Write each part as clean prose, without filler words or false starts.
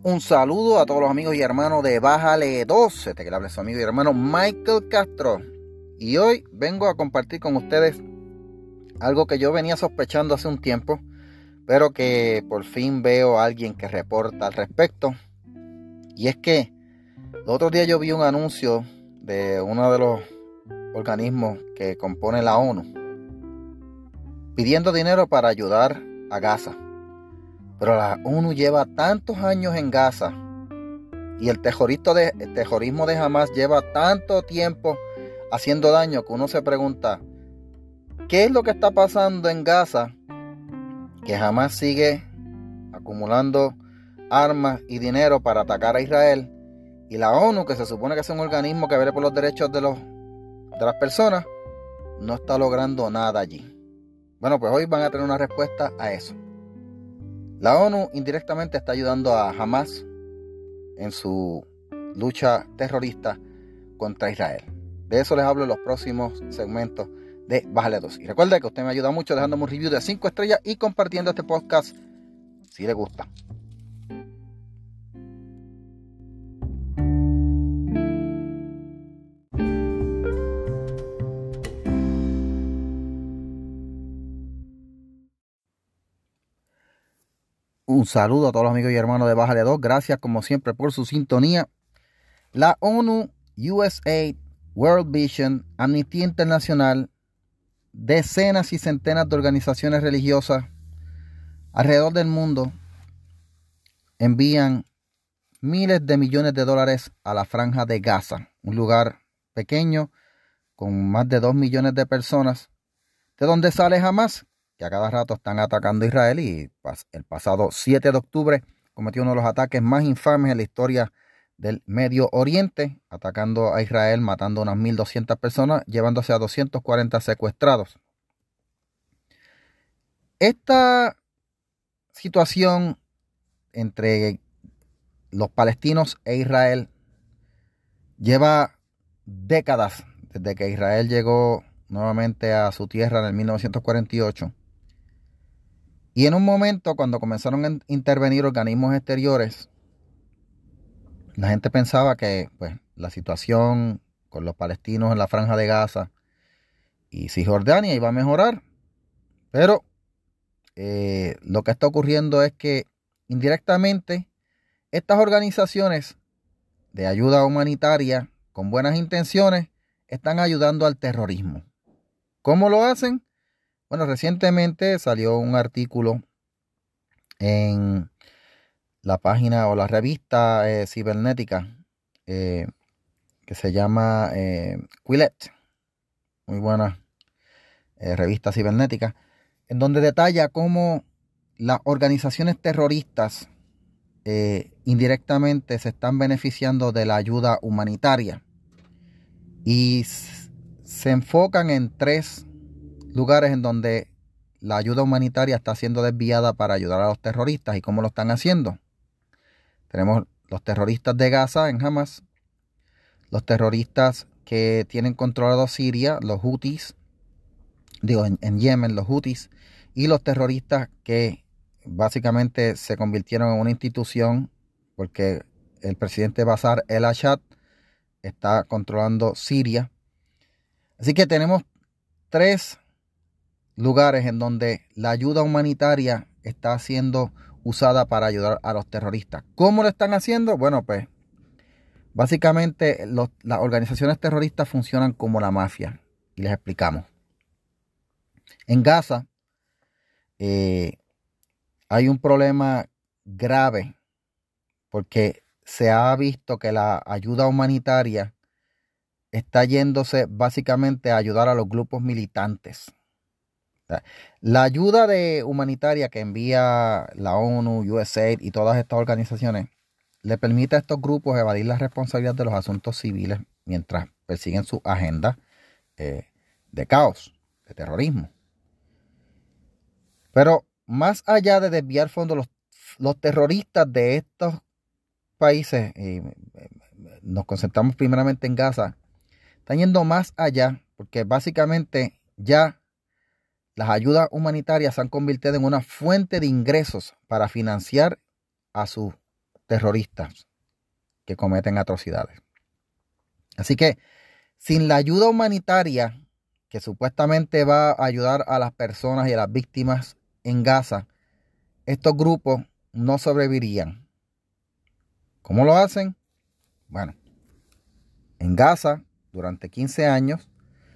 Un saludo a todos los amigos y hermanos de Bájale 12, que le habla su amigo y hermano Michael Castro. Y hoy vengo a compartir con ustedes algo que yo venía sospechando hace un tiempo, pero que por fin veo a alguien que reporta al respecto. Y es que el otro día yo vi un anuncio de uno de los organismos que compone la ONU pidiendo dinero para ayudar a Gaza. Pero la ONU lleva tantos años en Gaza y el terrorismo de Hamas lleva tanto tiempo haciendo daño que uno se pregunta, ¿qué es lo que está pasando en Gaza? Que Hamas sigue acumulando armas y dinero para atacar a Israel, y la ONU, que se supone que es un organismo que vele por los derechos de las personas, no está logrando nada allí. Bueno, pues hoy van a tener una respuesta a eso. La ONU indirectamente está ayudando a Hamas en su lucha terrorista contra Israel. De eso les hablo en los próximos segmentos de Bájale 2. Y recuerda que usted me ayuda mucho dejándome un review de 5 estrellas y compartiendo este podcast si le gusta. Un saludo a todos los amigos y hermanos de Bájale 2. Gracias como siempre por su sintonía. La ONU, USAID, World Vision, Amnistía Internacional, decenas y centenas de organizaciones religiosas alrededor del mundo envían miles de millones de dólares a la Franja de Gaza, un lugar pequeño con más de 2 millones de personas, de donde sale Hamas, que a cada rato están atacando a Israel, y el pasado 7 de octubre cometió uno de los ataques más infames en la historia del Medio Oriente, atacando a Israel, matando a unas 1.200 personas, llevándose a 240 secuestrados. Esta situación entre los palestinos e Israel lleva décadas, desde que Israel llegó nuevamente a su tierra en el 1948. Y en un momento, cuando comenzaron a intervenir organismos exteriores, la gente pensaba que la situación con los palestinos en la Franja de Gaza y Cisjordania iba a mejorar. Pero lo que está ocurriendo es que indirectamente estas organizaciones de ayuda humanitaria con buenas intenciones están ayudando al terrorismo. ¿Cómo lo hacen? Bueno, recientemente salió un artículo en la página o la revista cibernética que se llama Quillette, muy buena revista cibernética, en donde detalla cómo las organizaciones terroristas indirectamente se están beneficiando de la ayuda humanitaria, y se enfocan en 3 lugares en donde la ayuda humanitaria está siendo desviada para ayudar a los terroristas. ¿Y cómo lo están haciendo? Tenemos los terroristas de Gaza en Hamas, los terroristas que tienen controlado Siria, los Houthis, en Yemen, los Houthis, y los terroristas que básicamente se convirtieron en una institución porque el presidente Bashar el-Assad está controlando Siria. Así que tenemos 3 lugares en donde la ayuda humanitaria está siendo usada para ayudar a los terroristas. ¿Cómo lo están haciendo? Bueno, pues básicamente las organizaciones terroristas funcionan como la mafia, y les explicamos. En Gaza hay un problema grave porque se ha visto que la ayuda humanitaria está yéndose básicamente a ayudar a los grupos militantes. La ayuda humanitaria que envía la ONU, USAID y todas estas organizaciones le permite a estos grupos evadir la responsabilidad de los asuntos civiles mientras persiguen su agenda de caos, de terrorismo. Pero más allá de desviar fondos, los terroristas de estos países, nos concentramos primeramente en Gaza, están yendo más allá porque básicamente ya las ayudas humanitarias se han convertido en una fuente de ingresos para financiar a sus terroristas que cometen atrocidades. Así que sin la ayuda humanitaria que supuestamente va a ayudar a las personas y a las víctimas en Gaza, estos grupos no sobrevivirían. ¿Cómo lo hacen? Bueno, en Gaza, durante 15 años,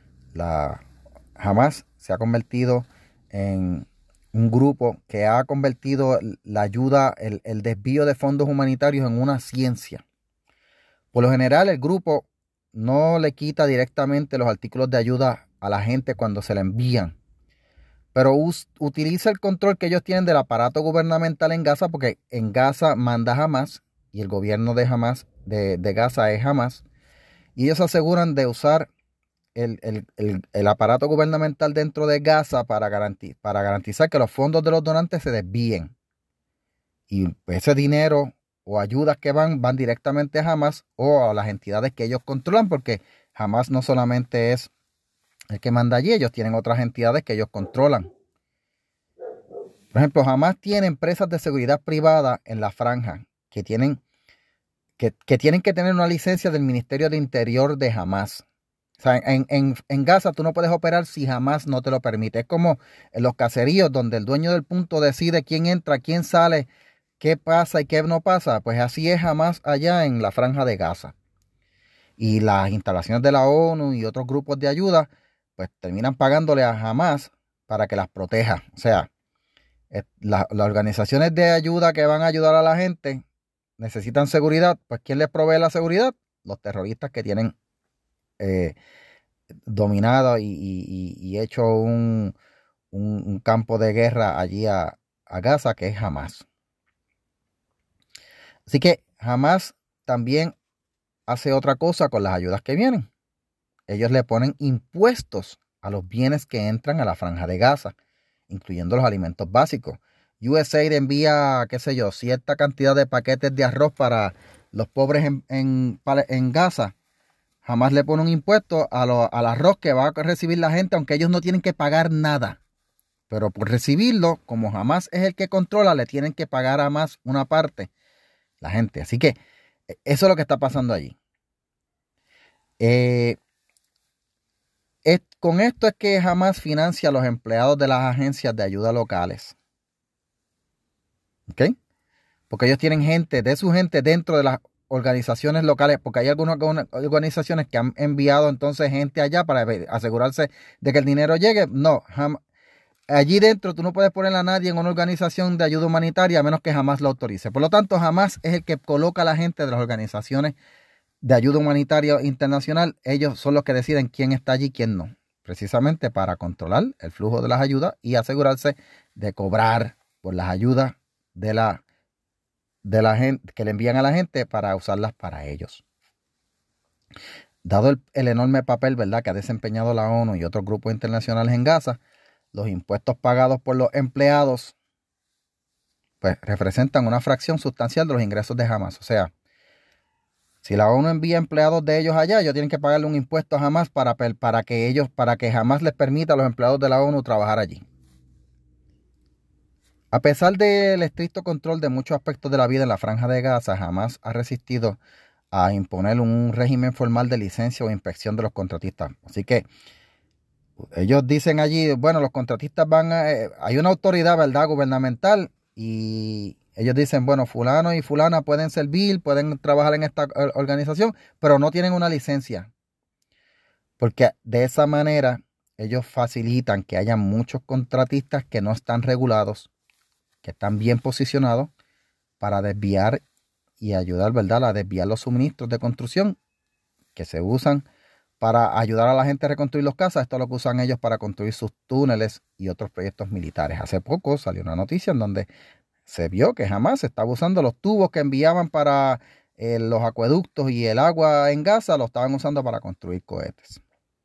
Hamas se ha convertido en un grupo que ha convertido la ayuda, el desvío de fondos humanitarios en una ciencia. Por lo general, el grupo no le quita directamente los artículos de ayuda a la gente cuando se le envían, pero utiliza el control que ellos tienen del aparato gubernamental en Gaza, porque en Gaza manda Hamas y el gobierno de Hamas, de Gaza es Hamas, y ellos se aseguran de usar el aparato gubernamental dentro de Gaza para garantizar que los fondos de los donantes se desvíen. Y ese dinero o ayudas que van directamente a Hamas o a las entidades que ellos controlan, porque Hamas no solamente es el que manda allí, ellos tienen otras entidades que ellos controlan. Por ejemplo, Hamas tiene empresas de seguridad privada en la franja que tienen que tener una licencia del Ministerio de Interior de Hamas. O sea, en Gaza tú no puedes operar si Hamas no te lo permite. Es como en los caseríos donde el dueño del punto decide quién entra, quién sale, qué pasa y qué no pasa. Pues así es Hamas allá en la franja de Gaza. Y las instalaciones de la ONU y otros grupos de ayuda pues terminan pagándole a Hamas para que las proteja. O sea, las organizaciones de ayuda que van a ayudar a la gente necesitan seguridad. Pues ¿quién les provee la seguridad? Los terroristas que tienen dominado y hecho un campo de guerra allí a Gaza, que es Hamas. Así que Hamas también hace otra cosa con las ayudas que vienen. Ellos le ponen impuestos a los bienes que entran a la franja de Gaza, incluyendo los alimentos básicos. USAID envía, qué sé yo, cierta cantidad de paquetes de arroz para los pobres en Gaza. Hamas le pone un impuesto al arroz que va a recibir la gente, aunque ellos no tienen que pagar nada. Pero por recibirlo, como Hamas es el que controla, le tienen que pagar a Hamas una parte, la gente. Así que eso es lo que está pasando allí. Con esto es que Hamas financia a los empleados de las agencias de ayuda locales. ¿Ok? Porque ellos tienen gente dentro de las organizaciones locales, porque hay algunas organizaciones que han enviado entonces gente allá para asegurarse de que el dinero llegue. No, allí dentro tú no puedes poner a nadie en una organización de ayuda humanitaria a menos que Hamas lo autorice. Por lo tanto, Hamas es el que coloca a la gente de las organizaciones de ayuda humanitaria internacional. Ellos son los que deciden quién está allí y quién no, precisamente para controlar el flujo de las ayudas y asegurarse de cobrar por las ayudas de la gente que le envían a la gente para usarlas para ellos. Dado el enorme papel, ¿verdad?, que ha desempeñado la ONU y otros grupos internacionales en Gaza, los impuestos pagados por los empleados pues representan una fracción sustancial de los ingresos de Hamas. O sea, si la ONU envía empleados de ellos allá, ellos tienen que pagarle un impuesto a Hamas para que Hamas les permita a los empleados de la ONU trabajar allí. A pesar del estricto control de muchos aspectos de la vida en la franja de Gaza, Hamas ha resistido a imponer un régimen formal de licencia o inspección de los contratistas. Así que ellos dicen allí, bueno, los contratistas hay una autoridad, ¿verdad?, gubernamental, y ellos dicen, bueno, fulano y fulana pueden servir, pueden trabajar en esta organización, pero no tienen una licencia. Porque de esa manera ellos facilitan que haya muchos contratistas que no están regulados, que están bien posicionados para desviar y ayudar, ¿verdad?, a desviar los suministros de construcción que se usan para ayudar a la gente a reconstruir las casas. Esto es lo que usan ellos para construir sus túneles y otros proyectos militares. Hace poco salió una noticia en donde se vio que Hamas estaba usando los tubos que enviaban para los acueductos y el agua en Gaza, lo estaban usando para construir cohetes.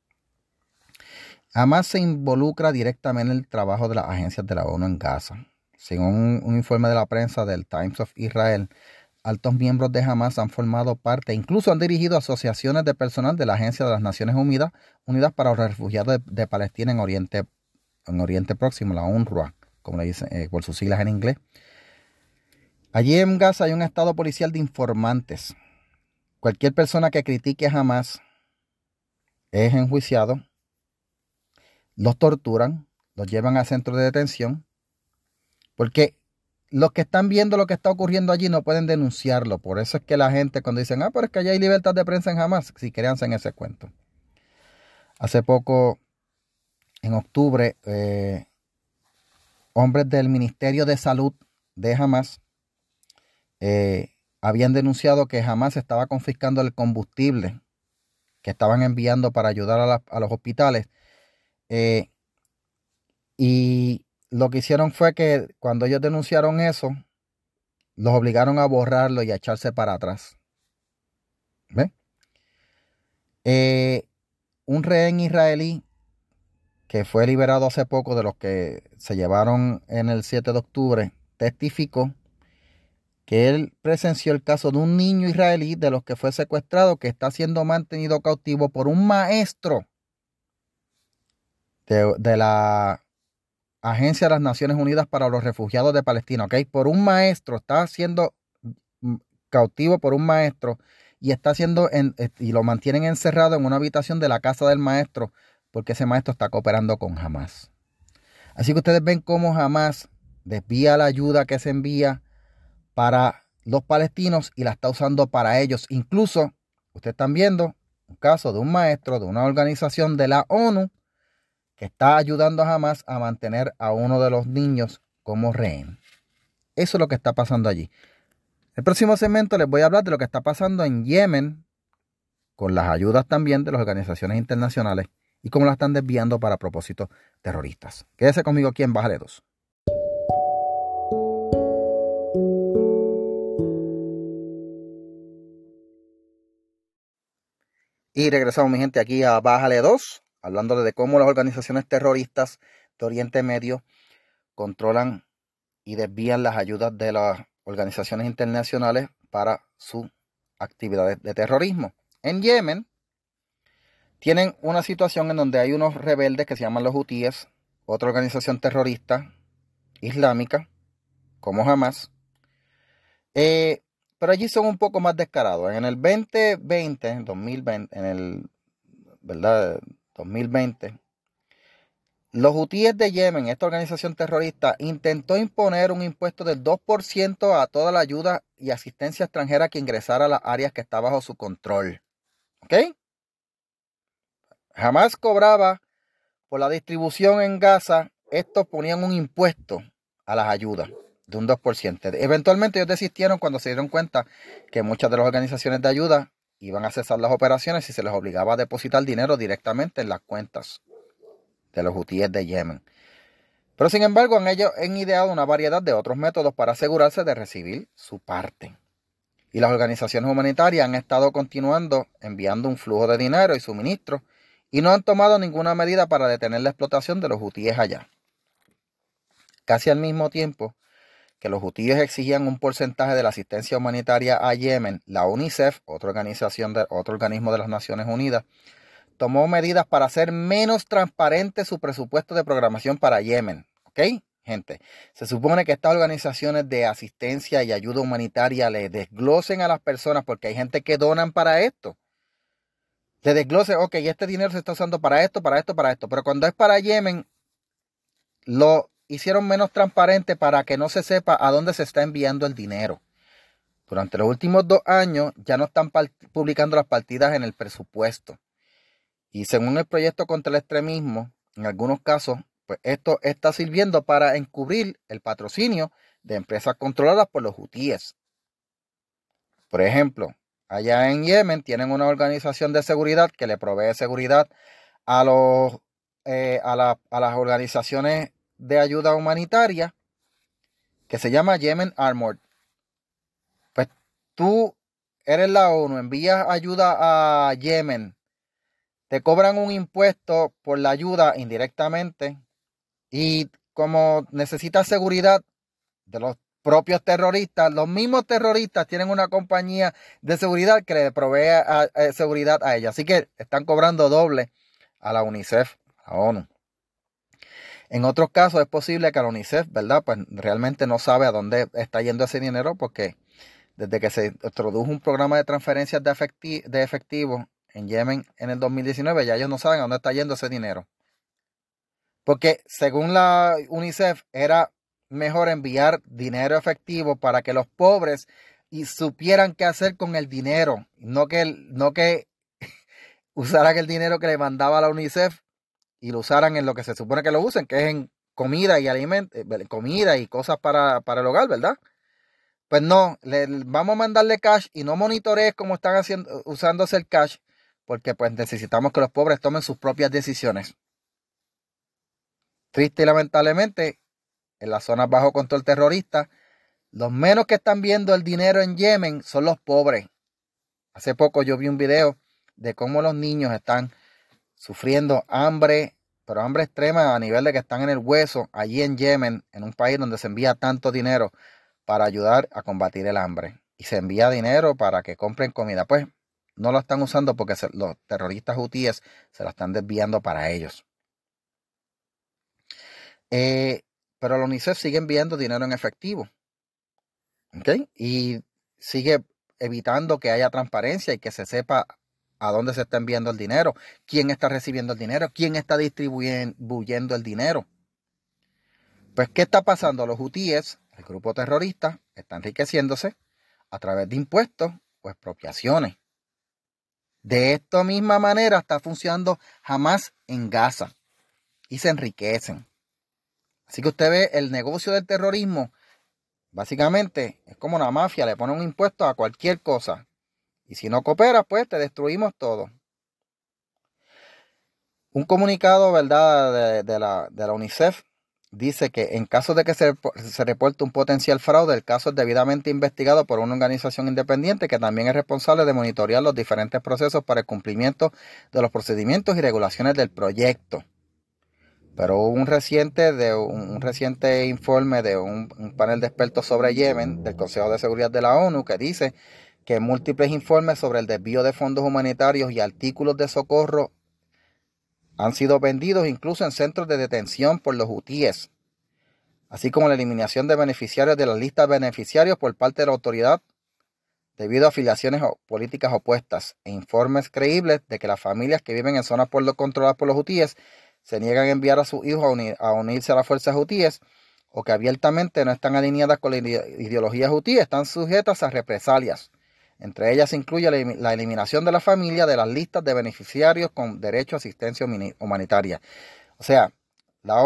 Hamas se involucra directamente en el trabajo de las agencias de la ONU en Gaza. Según un informe de la prensa del Times of Israel, altos miembros de Hamas han formado parte, incluso han dirigido asociaciones de personal de la Agencia de las Naciones Unidas para los Refugiados de Palestina en Oriente Próximo, la UNRWA, como le dicen por sus siglas en inglés. Allí en Gaza hay un estado policial de informantes. Cualquier persona que critique a Hamas es enjuiciado, los torturan, los llevan a centros de detención, porque los que están viendo lo que está ocurriendo allí no pueden denunciarlo. Por eso es que la gente cuando dicen, pero es que allá hay libertad de prensa en Hamas, si créanse en ese cuento. Hace poco, en octubre, hombres del Ministerio de Salud de Hamas habían denunciado que Hamas estaba confiscando el combustible que estaban enviando para ayudar a los hospitales. Y lo que hicieron fue que cuando ellos denunciaron eso, los obligaron a borrarlo y a echarse para atrás. ¿Ve? Un rehén israelí que fue liberado hace poco de los que se llevaron en el 7 de octubre, testificó que él presenció el caso de un niño israelí de los que fue secuestrado, que está siendo mantenido cautivo por un maestro de la Agencia de las Naciones Unidas para los Refugiados de Palestina, ¿ok? Por un maestro, está siendo cautivo por un maestro y y lo mantienen encerrado en una habitación de la casa del maestro porque ese maestro está cooperando con Hamas. Así que ustedes ven cómo Hamas desvía la ayuda que se envía para los palestinos y la está usando para ellos. Incluso, ustedes están viendo un caso de un maestro de una organización de la ONU que está ayudando a Hamas a mantener a uno de los niños como rehén. Eso es lo que está pasando allí. El próximo segmento les voy a hablar de lo que está pasando en Yemen con las ayudas también de las organizaciones internacionales y cómo la están desviando para propósitos terroristas. Quédese conmigo aquí en Bájale 2. Y regresamos, mi gente, aquí a Bájale 2, hablando de cómo las organizaciones terroristas de Oriente Medio controlan y desvían las ayudas de las organizaciones internacionales para sus actividades de terrorismo. En Yemen tienen una situación en donde hay unos rebeldes que se llaman los hutíes, otra organización terrorista islámica, como Hamas, pero allí son un poco más descarados. En el 2020, ¿verdad? 2020, los hutíes de Yemen, esta organización terrorista, intentó imponer un impuesto del 2% a toda la ayuda y asistencia extranjera que ingresara a las áreas que está bajo su control. ¿Ok? Hamas cobraba por la distribución en Gaza. Estos ponían un impuesto a las ayudas de un 2%. Eventualmente ellos desistieron cuando se dieron cuenta que muchas de las organizaciones de ayuda iban a cesar las operaciones y se les obligaba a depositar dinero directamente en las cuentas de los hutíes de Yemen. Pero sin embargo, ellos han ideado una variedad de otros métodos para asegurarse de recibir su parte. Y las organizaciones humanitarias han estado continuando enviando un flujo de dinero y suministros y no han tomado ninguna medida para detener la explotación de los hutíes allá. Casi al mismo tiempo que los hutíes exigían un porcentaje de la asistencia humanitaria a Yemen, la UNICEF, otro organismo de las Naciones Unidas, tomó medidas para hacer menos transparente su presupuesto de programación para Yemen. ¿Ok, gente? Se supone que estas organizaciones de asistencia y ayuda humanitaria le desglosen a las personas, porque hay gente que donan para esto. Le desglosen, ok, este dinero se está usando para esto, para esto, para esto. Pero cuando es para Yemen, lo hicieron menos transparente para que no se sepa a dónde se está enviando el dinero. Durante los últimos 2 años ya no están publicando las partidas en el presupuesto. Y según el proyecto contra el extremismo, en algunos casos, pues esto está sirviendo para encubrir el patrocinio de empresas controladas por los hutíes. Por ejemplo, allá en Yemen tienen una organización de seguridad que le provee seguridad a las organizaciones de ayuda humanitaria, que se llama Yemen Armored. Pues tú eres la ONU, envías ayuda a Yemen, te cobran un impuesto por la ayuda indirectamente y como necesitas seguridad de los propios terroristas, los mismos terroristas tienen una compañía de seguridad que le provee seguridad a ellos. Así que están cobrando doble a la UNICEF, a ONU. En otros casos es posible que la UNICEF, ¿verdad? Pues realmente no sabe a dónde está yendo ese dinero porque desde que se introdujo un programa de transferencias de efectivo en Yemen en el 2019, ya ellos no saben a dónde está yendo ese dinero. Porque según la UNICEF era mejor enviar dinero efectivo para que los pobres y supieran qué hacer con el dinero, no que usaran el dinero que le mandaba la UNICEF y lo usaran en lo que se supone que lo usen, que es en comida y comida y cosas para el hogar, ¿verdad? Pues no, vamos a mandarle cash y no monitorees cómo están usándose el cash, porque pues necesitamos que los pobres tomen sus propias decisiones. Triste y lamentablemente, en las zonas bajo control terrorista, los menos que están viendo el dinero en Yemen son los pobres. Hace poco yo vi un video de cómo los niños están sufriendo hambre, pero hambre extrema a nivel de que están en el hueso allí en Yemen, en un país donde se envía tanto dinero para ayudar a combatir el hambre. Y se envía dinero para que compren comida. Pues no lo están usando porque los terroristas hutíes se lo están desviando para ellos. Pero la UNICEF sigue enviando dinero en efectivo. ¿Okay? Y sigue evitando que haya transparencia y que se sepa a dónde se está enviando el dinero, quién está recibiendo el dinero, quién está distribuyendo el dinero. Pues, ¿qué está pasando? Los hutíes, el grupo terrorista, está enriqueciéndose a través de impuestos o expropiaciones. De esta misma manera está funcionando Hamas en Gaza y se enriquecen. Así que usted ve el negocio del terrorismo. Básicamente es como una mafia, le pone un impuesto a cualquier cosa. Y si no cooperas, pues te destruimos todo. Un comunicado, ¿verdad?, de la UNICEF dice que en caso de que se reporte un potencial fraude, el caso es debidamente investigado por una organización independiente que también es responsable de monitorear los diferentes procesos para el cumplimiento de los procedimientos y regulaciones del proyecto. Pero hubo un reciente informe de un panel de expertos sobre Yemen del Consejo de Seguridad de la ONU que dice que múltiples informes sobre el desvío de fondos humanitarios y artículos de socorro han sido vendidos incluso en centros de detención por los hutíes, así como la eliminación de beneficiarios de las listas de beneficiarios por parte de la autoridad debido a afiliaciones políticas opuestas e informes creíbles de que las familias que viven en zonas controladas por los hutíes se niegan a enviar a sus hijos a unirse a las fuerzas hutíes o que abiertamente no están alineadas con la ideología hutí, están sujetas a represalias. Entre ellas se incluye la eliminación de la familia de las listas de beneficiarios con derecho a asistencia humanitaria. O sea, la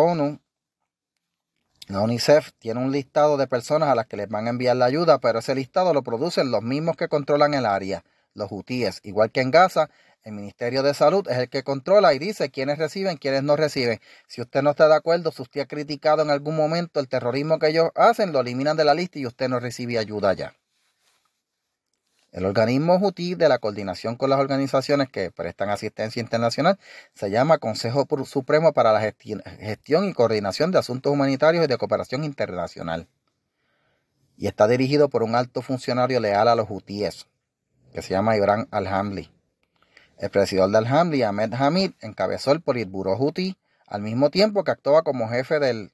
UNICEF tiene un listado de personas a las que les van a enviar la ayuda, pero ese listado lo producen los mismos que controlan el área, los hutíes. Igual que en Gaza, el Ministerio de Salud es el que controla y dice quiénes reciben, quiénes no reciben. Si usted no está de acuerdo, si usted ha criticado en algún momento el terrorismo que ellos hacen, lo eliminan de la lista y usted no recibe ayuda ya. El organismo hutí de la coordinación con las organizaciones que prestan asistencia internacional se llama Consejo Supremo para la Gestión y Coordinación de Asuntos Humanitarios y de Cooperación Internacional. Y está dirigido por un alto funcionario leal a los hutíes, que se llama Ibrahim al-Hamli. El presidente de al-Hamli, Ahmed Hamid, encabezó el Politburó hutí al mismo tiempo que actuaba como jefe del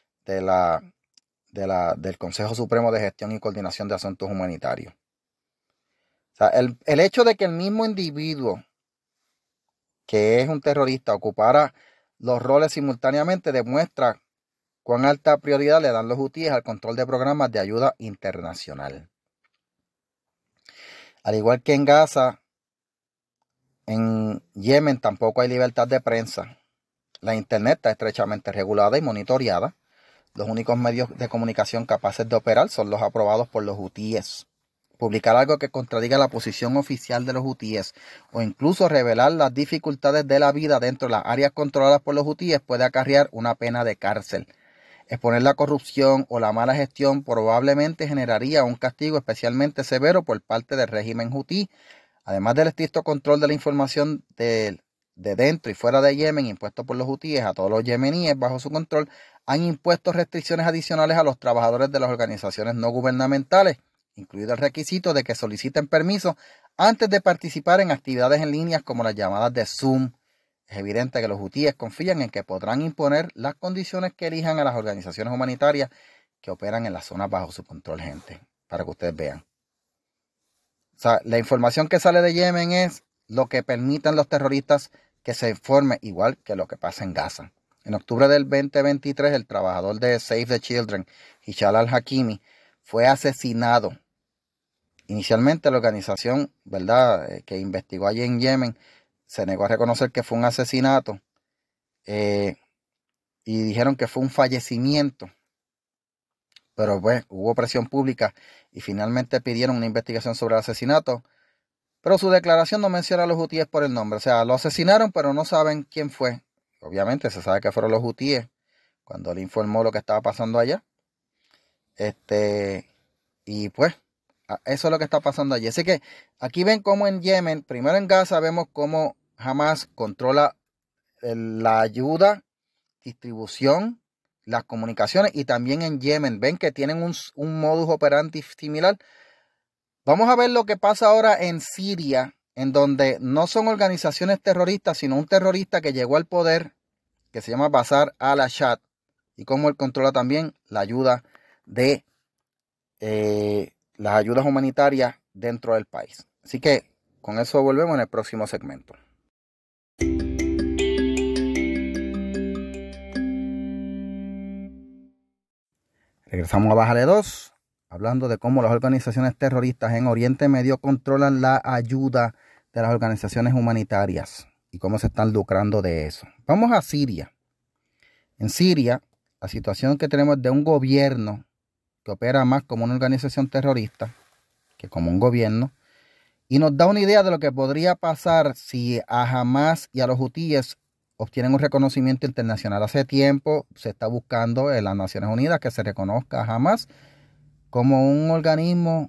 Consejo Supremo de Gestión y Coordinación de Asuntos Humanitarios. O sea, el hecho de que el mismo individuo que es un terrorista ocupara los roles simultáneamente demuestra cuán alta prioridad le dan los hutíes al control de programas de ayuda internacional. Al igual que en Gaza, en Yemen tampoco hay libertad de prensa. La internet está estrechamente regulada y monitoreada. Los únicos medios de comunicación capaces de operar son los aprobados por los hutíes. Publicar algo que contradiga la posición oficial de los hutíes o incluso revelar las dificultades de la vida dentro de las áreas controladas por los hutíes puede acarrear una pena de cárcel. Exponer la corrupción o la mala gestión probablemente generaría un castigo especialmente severo por parte del régimen hutí, además del estricto control de la información de dentro y fuera de Yemen impuesto por los hutíes a todos los yemeníes bajo su control. Han impuesto restricciones adicionales a los trabajadores de las organizaciones no gubernamentales, incluido el requisito de que soliciten permiso antes de participar en actividades en línea como las llamadas de Zoom, es evidente que los hutíes confían en que podrán imponer las condiciones que elijan a las organizaciones humanitarias que operan en las zonas bajo su control, gente, para que ustedes vean. O sea, la información que sale de Yemen es lo que permiten los terroristas que se informe, igual que lo que pasa en Gaza. En octubre del 2023, el trabajador de Save the Children, Hisham al-Hakimi, fue asesinado. Inicialmente la organización, ¿verdad?, que investigó allí en Yemen, se negó a reconocer que fue un asesinato y dijeron que fue un fallecimiento. Pero pues hubo presión pública y finalmente pidieron una investigación sobre el asesinato. Pero su declaración no menciona a los hutíes por el nombre. O sea, lo asesinaron, pero no saben quién fue. Obviamente se sabe que fueron los hutíes cuando le informó lo que estaba pasando allá. Y pues, eso es lo que está pasando allí. Así que aquí ven cómo en Yemen, primero en Gaza, vemos cómo Hamas controla la ayuda, distribución, las comunicaciones, y también en Yemen. Ven que tienen un modus operandi similar. Vamos a ver lo que pasa ahora en Siria, en donde no son organizaciones terroristas, sino un terrorista que llegó al poder, que se llama Bashar al-Assad, y cómo él controla también la ayuda de las ayudas humanitarias dentro del país. Así que con eso volvemos en el próximo segmento. Regresamos a Bájale 2, hablando de cómo las organizaciones terroristas en Oriente Medio controlan la ayuda de las organizaciones humanitarias y cómo se están lucrando de eso. Vamos a Siria. En Siria, la situación que tenemos de un gobierno que opera más como una organización terrorista que como un gobierno, y nos da una idea de lo que podría pasar si a Hamas y a los hutíes obtienen un reconocimiento internacional. Hace tiempo se está buscando en las Naciones Unidas que se reconozca a Hamas como un organismo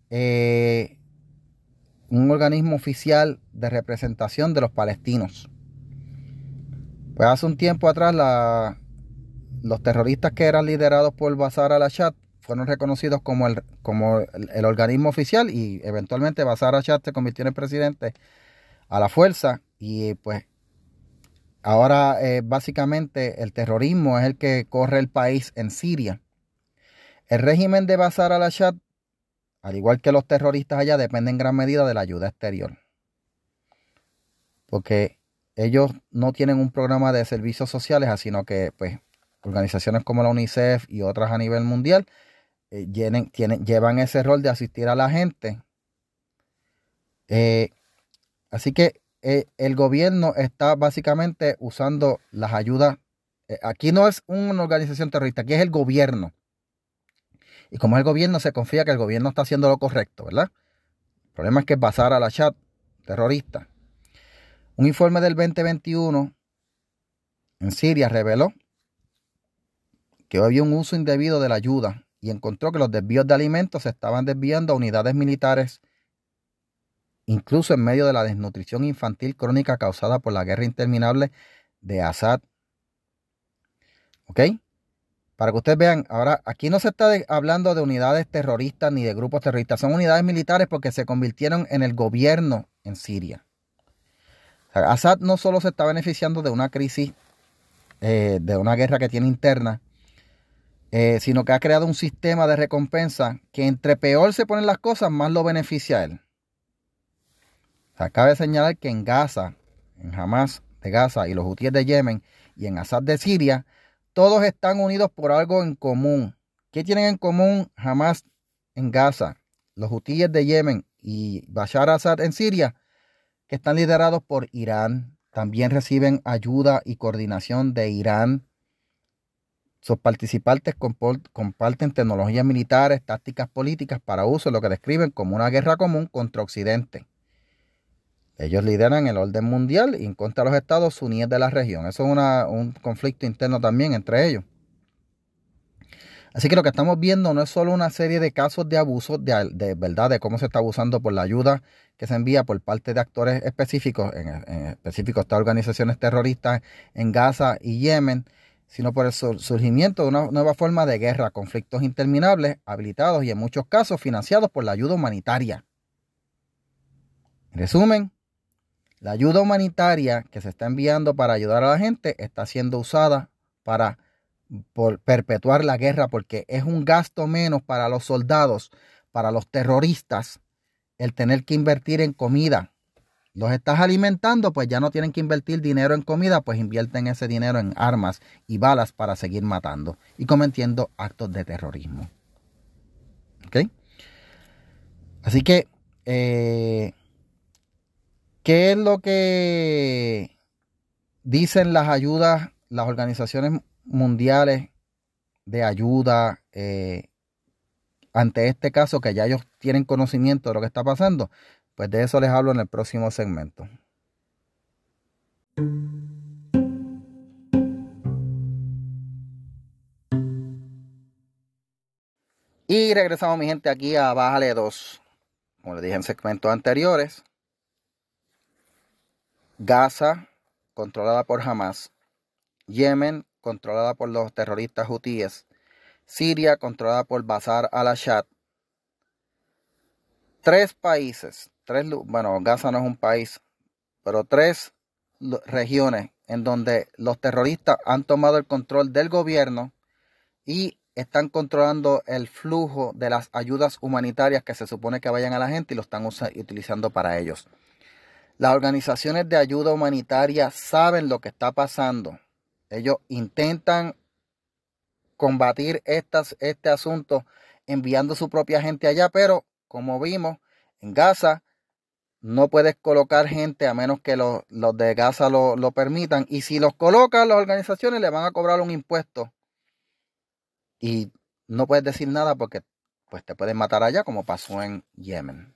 oficial de representación de los palestinos. Pues hace un tiempo atrás los terroristas que eran liderados por Bashar al-Assad fueron reconocidos como el organismo oficial, y eventualmente Bashar al-Assad se convirtió en el presidente a la fuerza, y pues ahora básicamente el terrorismo es el que corre el país en Siria. El régimen de Bashar al-Assad, al igual que los terroristas allá, depende en gran medida de la ayuda exterior, porque ellos no tienen un programa de servicios sociales, sino que pues organizaciones como la UNICEF y otras a nivel mundial llevan ese rol de asistir a la gente. Así que el gobierno está básicamente usando las ayudas. Aquí no es una organización terrorista, aquí es el gobierno. Y como es el gobierno, se confía que el gobierno está haciendo lo correcto, ¿verdad? El problema es que Bashar al-Assad, terrorista. Un informe del 2021 en Siria reveló que había un uso indebido de la ayuda y encontró que los desvíos de alimentos se estaban desviando a unidades militares, incluso en medio de la desnutrición infantil crónica causada por la guerra interminable de Assad. ¿Ok? Para que ustedes vean, ahora aquí no se está hablando de unidades terroristas ni de grupos terroristas, son unidades militares porque se convirtieron en el gobierno en Siria. O sea, Assad no solo se está beneficiando de una crisis, de una guerra que tiene interna, sino que ha creado un sistema de recompensa que entre peor se ponen las cosas, más lo beneficia a él. O sea, cabe señalar que en Gaza, en Hamas de Gaza y los hutíes de Yemen y en Assad de Siria, todos están unidos por algo en común. ¿Qué tienen en común Hamas en Gaza, los hutíes de Yemen y Bashar al-Assad en Siria? Que están liderados por Irán. También reciben ayuda y coordinación de Irán. Sus participantes comparten tecnologías militares, tácticas políticas para uso en lo que describen como una guerra común contra Occidente. Ellos lideran el orden mundial y en contra de los Estados Unidos de la región. Eso es un conflicto interno también entre ellos. Así que lo que estamos viendo no es solo una serie de casos de abuso, de verdad, de cómo se está abusando por la ayuda que se envía por parte de actores específicos, en específico estas organizaciones terroristas en Gaza y Yemen, sino por el surgimiento de una nueva forma de guerra, conflictos interminables, habilitados y en muchos casos financiados por la ayuda humanitaria. En resumen, La ayuda humanitaria que se está enviando para ayudar a la gente está siendo usada para perpetuar la guerra, porque es un gasto menos para los soldados, para los terroristas, el tener que invertir en comida. Los estás alimentando, pues ya no tienen que invertir dinero en comida, pues invierten ese dinero en armas y balas para seguir matando y cometiendo actos de terrorismo. ¿Ok? Así que, ¿qué es lo que dicen las ayudas, las organizaciones mundiales de ayuda ante este caso, que ya ellos tienen conocimiento de lo que está pasando? Pues de eso les hablo en el próximo segmento. Y regresamos, mi gente, aquí a Bájale 2. Como les dije en segmentos anteriores, Gaza, controlada por Hamas. Yemen, controlada por los terroristas hutíes. Siria, controlada por Bashar al-Assad. 3 países, bueno, Gaza no es un país, pero 3 regiones en donde los terroristas han tomado el control del gobierno y están controlando el flujo de las ayudas humanitarias que se supone que vayan a la gente y lo están utilizando para ellos. Las organizaciones de ayuda humanitaria saben lo que está pasando. Ellos intentan combatir este asunto enviando su propia gente allá, pero como vimos en Gaza, no puedes colocar gente a menos que los de Gaza lo permitan. Y si los colocan, las organizaciones le van a cobrar un impuesto. Y no puedes decir nada porque pues, te pueden matar allá, como pasó en Yemen.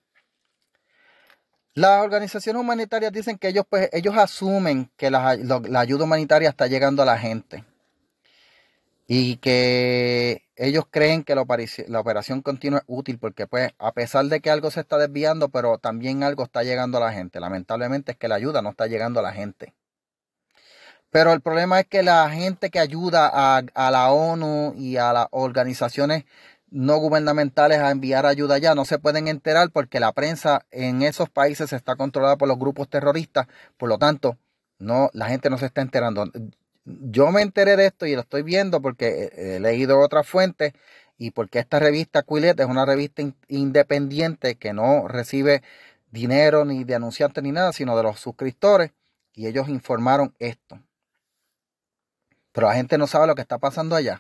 Las organizaciones humanitarias dicen que ellos asumen que la ayuda humanitaria está llegando a la gente. Y que ellos creen que la operación continua es útil porque pues a pesar de que algo se está desviando, pero también algo está llegando a la gente. Lamentablemente es que la ayuda no está llegando a la gente. Pero el problema es que la gente que ayuda a la ONU y a las organizaciones no gubernamentales a enviar ayuda allá no se pueden enterar porque la prensa en esos países está controlada por los grupos terroristas. Por lo tanto, la gente no se está enterando. Yo me enteré de esto y lo estoy viendo porque he leído otras fuentes y porque esta revista Quillette es una revista independiente que no recibe dinero ni de anunciantes ni nada, sino de los suscriptores, y ellos informaron esto. Pero la gente no sabe lo que está pasando allá.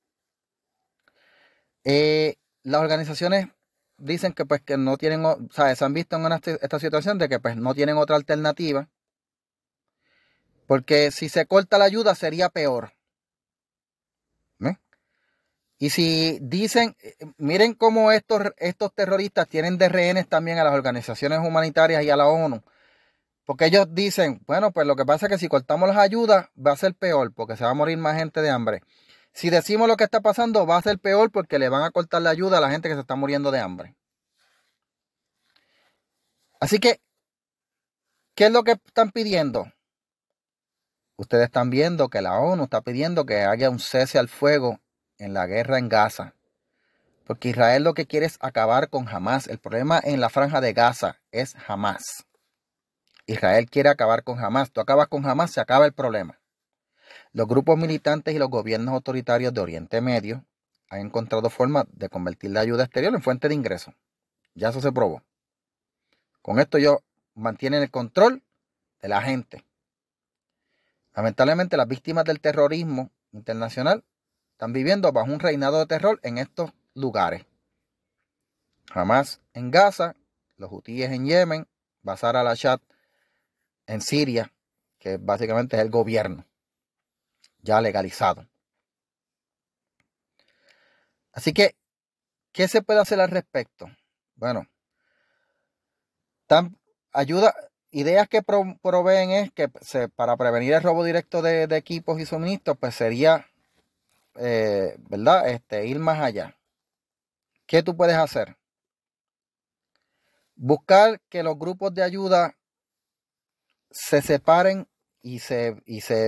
Las organizaciones dicen que pues que no tienen, o sea, se han visto en esta situación de que pues no tienen otra alternativa. Porque si se corta la ayuda sería peor. ¿Ves? Y si dicen, miren cómo estos terroristas tienen de rehenes también a las organizaciones humanitarias y a la ONU. Porque ellos dicen, bueno, pues lo que pasa es que si cortamos las ayudas va a ser peor porque se va a morir más gente de hambre. Si decimos lo que está pasando va a ser peor porque le van a cortar la ayuda a la gente que se está muriendo de hambre. Así que, ¿qué es lo que están pidiendo? Ustedes están viendo que la ONU está pidiendo que haya un cese al fuego en la guerra en Gaza. Porque Israel lo que quiere es acabar con Hamas. El problema en la franja de Gaza es Hamas. Israel quiere acabar con Hamas. Tú acabas con Hamas, se acaba el problema. Los grupos militantes y los gobiernos autoritarios de Oriente Medio han encontrado formas de convertir la ayuda exterior en fuente de ingresos. Ya eso se probó. Con esto ellos mantienen el control de la gente. Lamentablemente las víctimas del terrorismo internacional están viviendo bajo un reinado de terror en estos lugares. Hamas en Gaza, los hutíes en Yemen, Bashar al-Assad en Siria, que básicamente es el gobierno ya legalizado. Así que, ¿qué se puede hacer al respecto? Bueno, ideas que proveen es que para prevenir el robo directo de equipos y suministros, pues sería, ¿verdad? Ir más allá. ¿Qué tú puedes hacer? Buscar que los grupos de ayuda se separen y se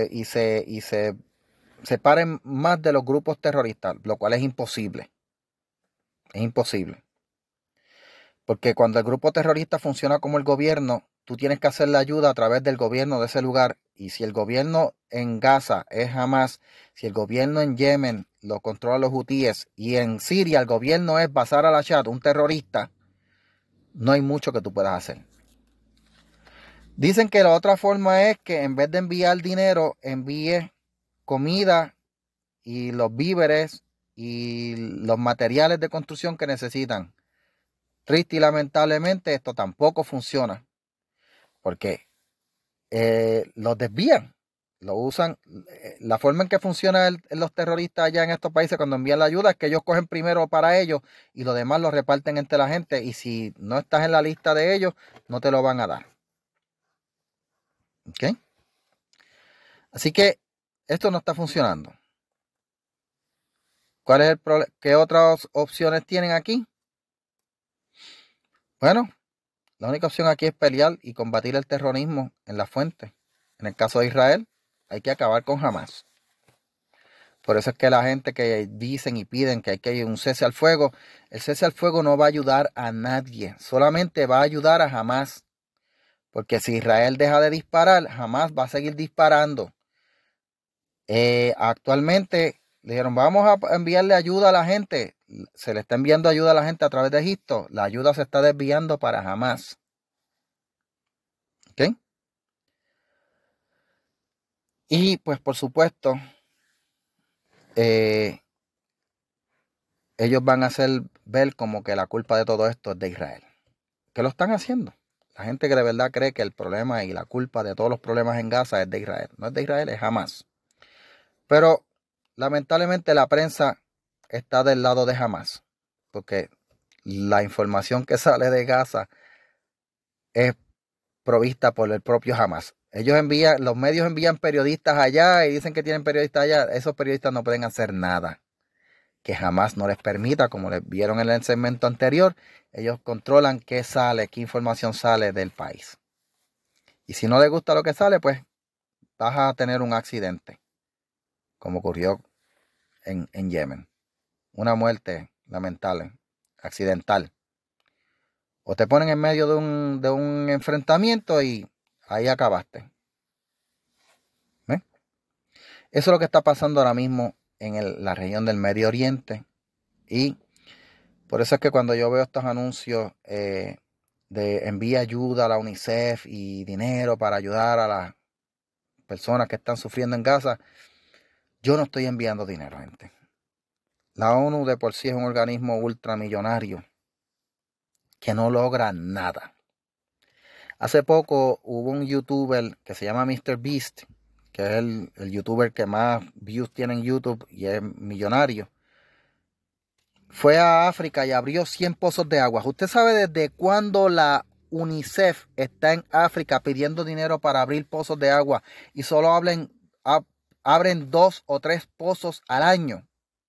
separen más de los grupos terroristas, lo cual es imposible. Es imposible. Porque cuando el grupo terrorista funciona como el gobierno, tú tienes que hacer la ayuda a través del gobierno de ese lugar. Y si el gobierno en Gaza es Hamas, si el gobierno en Yemen lo controla los hutíes y en Siria el gobierno es Bashar al-Assad, un terrorista, no hay mucho que tú puedas hacer. Dicen que la otra forma es que en vez de enviar dinero, envíe comida y los víveres y los materiales de construcción que necesitan. Triste y lamentablemente esto tampoco funciona porque los desvían, lo usan. La forma en que funcionan los terroristas allá en estos países cuando envían la ayuda es que ellos cogen primero para ellos y lo demás lo reparten entre la gente, y si no estás en la lista de ellos no te lo van a dar. ¿Ok? Así que esto no está funcionando. ¿Cuál es el problema? ¿Qué otras opciones tienen aquí? Bueno, la única opción aquí es pelear y combatir el terrorismo en la fuente. En el caso de Israel, hay que acabar con Hamas. Por eso es que la gente que dicen y piden que hay que un cese al fuego, el cese al fuego no va a ayudar a nadie, solamente va a ayudar a Hamas. Porque si Israel deja de disparar, Hamas va a seguir disparando. Actualmente le dijeron, vamos a enviarle ayuda a la gente. Se le está enviando ayuda a la gente a través de Egipto. La ayuda se está desviando para Hamas. ¿Ok? Y pues por supuesto, ellos van a hacer ver como que la culpa de todo esto es de Israel. ¿Qué lo están haciendo? La gente que de verdad cree que el problema y la culpa de todos los problemas en Gaza es de Israel. No es de Israel, es Hamas. Pero lamentablemente la prensa está del lado de Hamas, porque la información que sale de Gaza es provista por el propio Hamas. Los medios envían periodistas allá y dicen que tienen periodistas allá. Esos periodistas no pueden hacer nada que Hamas no les permita, como les vieron en el segmento anterior. Ellos controlan qué sale, qué información sale del país. Y si no les gusta lo que sale, pues vas a tener un accidente, como ocurrió en Yemen. Una muerte lamentable, accidental. O te ponen en medio de un enfrentamiento y ahí acabaste. ¿Ves? Eso es lo que está pasando ahora mismo en la región del Medio Oriente. Y por eso es que cuando yo veo estos anuncios de envía ayuda a la UNICEF y dinero para ayudar a las personas que están sufriendo en Gaza, yo no estoy enviando dinero, gente. La ONU de por sí es un organismo ultramillonario que no logra nada. Hace poco hubo un youtuber que se llama MrBeast, que es el youtuber que más views tiene en YouTube y es millonario. Fue a África y abrió 100 pozos de agua. ¿Usted sabe desde cuándo la UNICEF está en África pidiendo dinero para abrir pozos de agua y solo abren 2 o 3 pozos al año?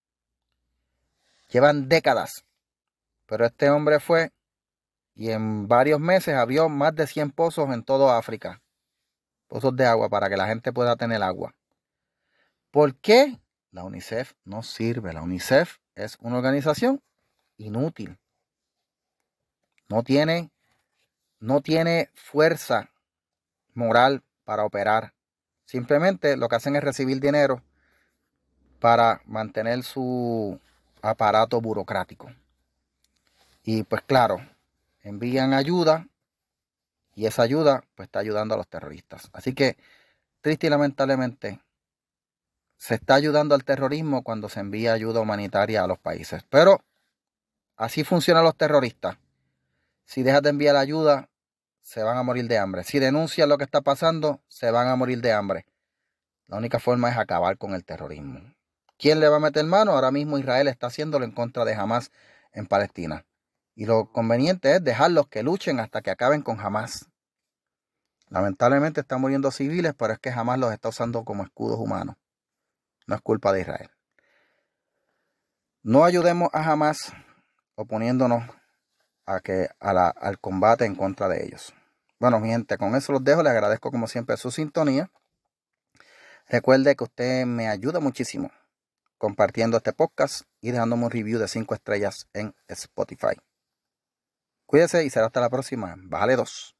Llevan décadas. Pero este hombre fue y en varios meses abrió más de 100 pozos en toda África. Pozos de agua para que la gente pueda tener agua. ¿Por qué? La UNICEF no sirve. La UNICEF es una organización inútil. No tiene fuerza moral para operar. Simplemente lo que hacen es recibir dinero para mantener su aparato burocrático. Y pues claro, envían ayuda y esa ayuda pues está ayudando a los terroristas. Así que triste y lamentablemente se está ayudando al terrorismo cuando se envía ayuda humanitaria a los países. Pero así funcionan los terroristas. Si dejas de enviar ayuda, se van a morir de hambre. Si denuncian lo que está pasando, se van a morir de hambre. La única forma es acabar con el terrorismo. ¿Quién le va a meter mano? Ahora mismo Israel está haciéndolo en contra de Hamas en Palestina. Y lo conveniente es dejarlos que luchen hasta que acaben con Hamas. Lamentablemente están muriendo civiles, pero es que Hamas los está usando como escudos humanos. No es culpa de Israel. No ayudemos a Hamas oponiéndonos al combate en contra de ellos. Bueno, mi gente, con eso los dejo. Les agradezco como siempre su sintonía. Recuerde que usted me ayuda muchísimo compartiendo este podcast y dejándome un review de 5 estrellas en Spotify. Cuídese y será hasta la próxima. Bájale 2.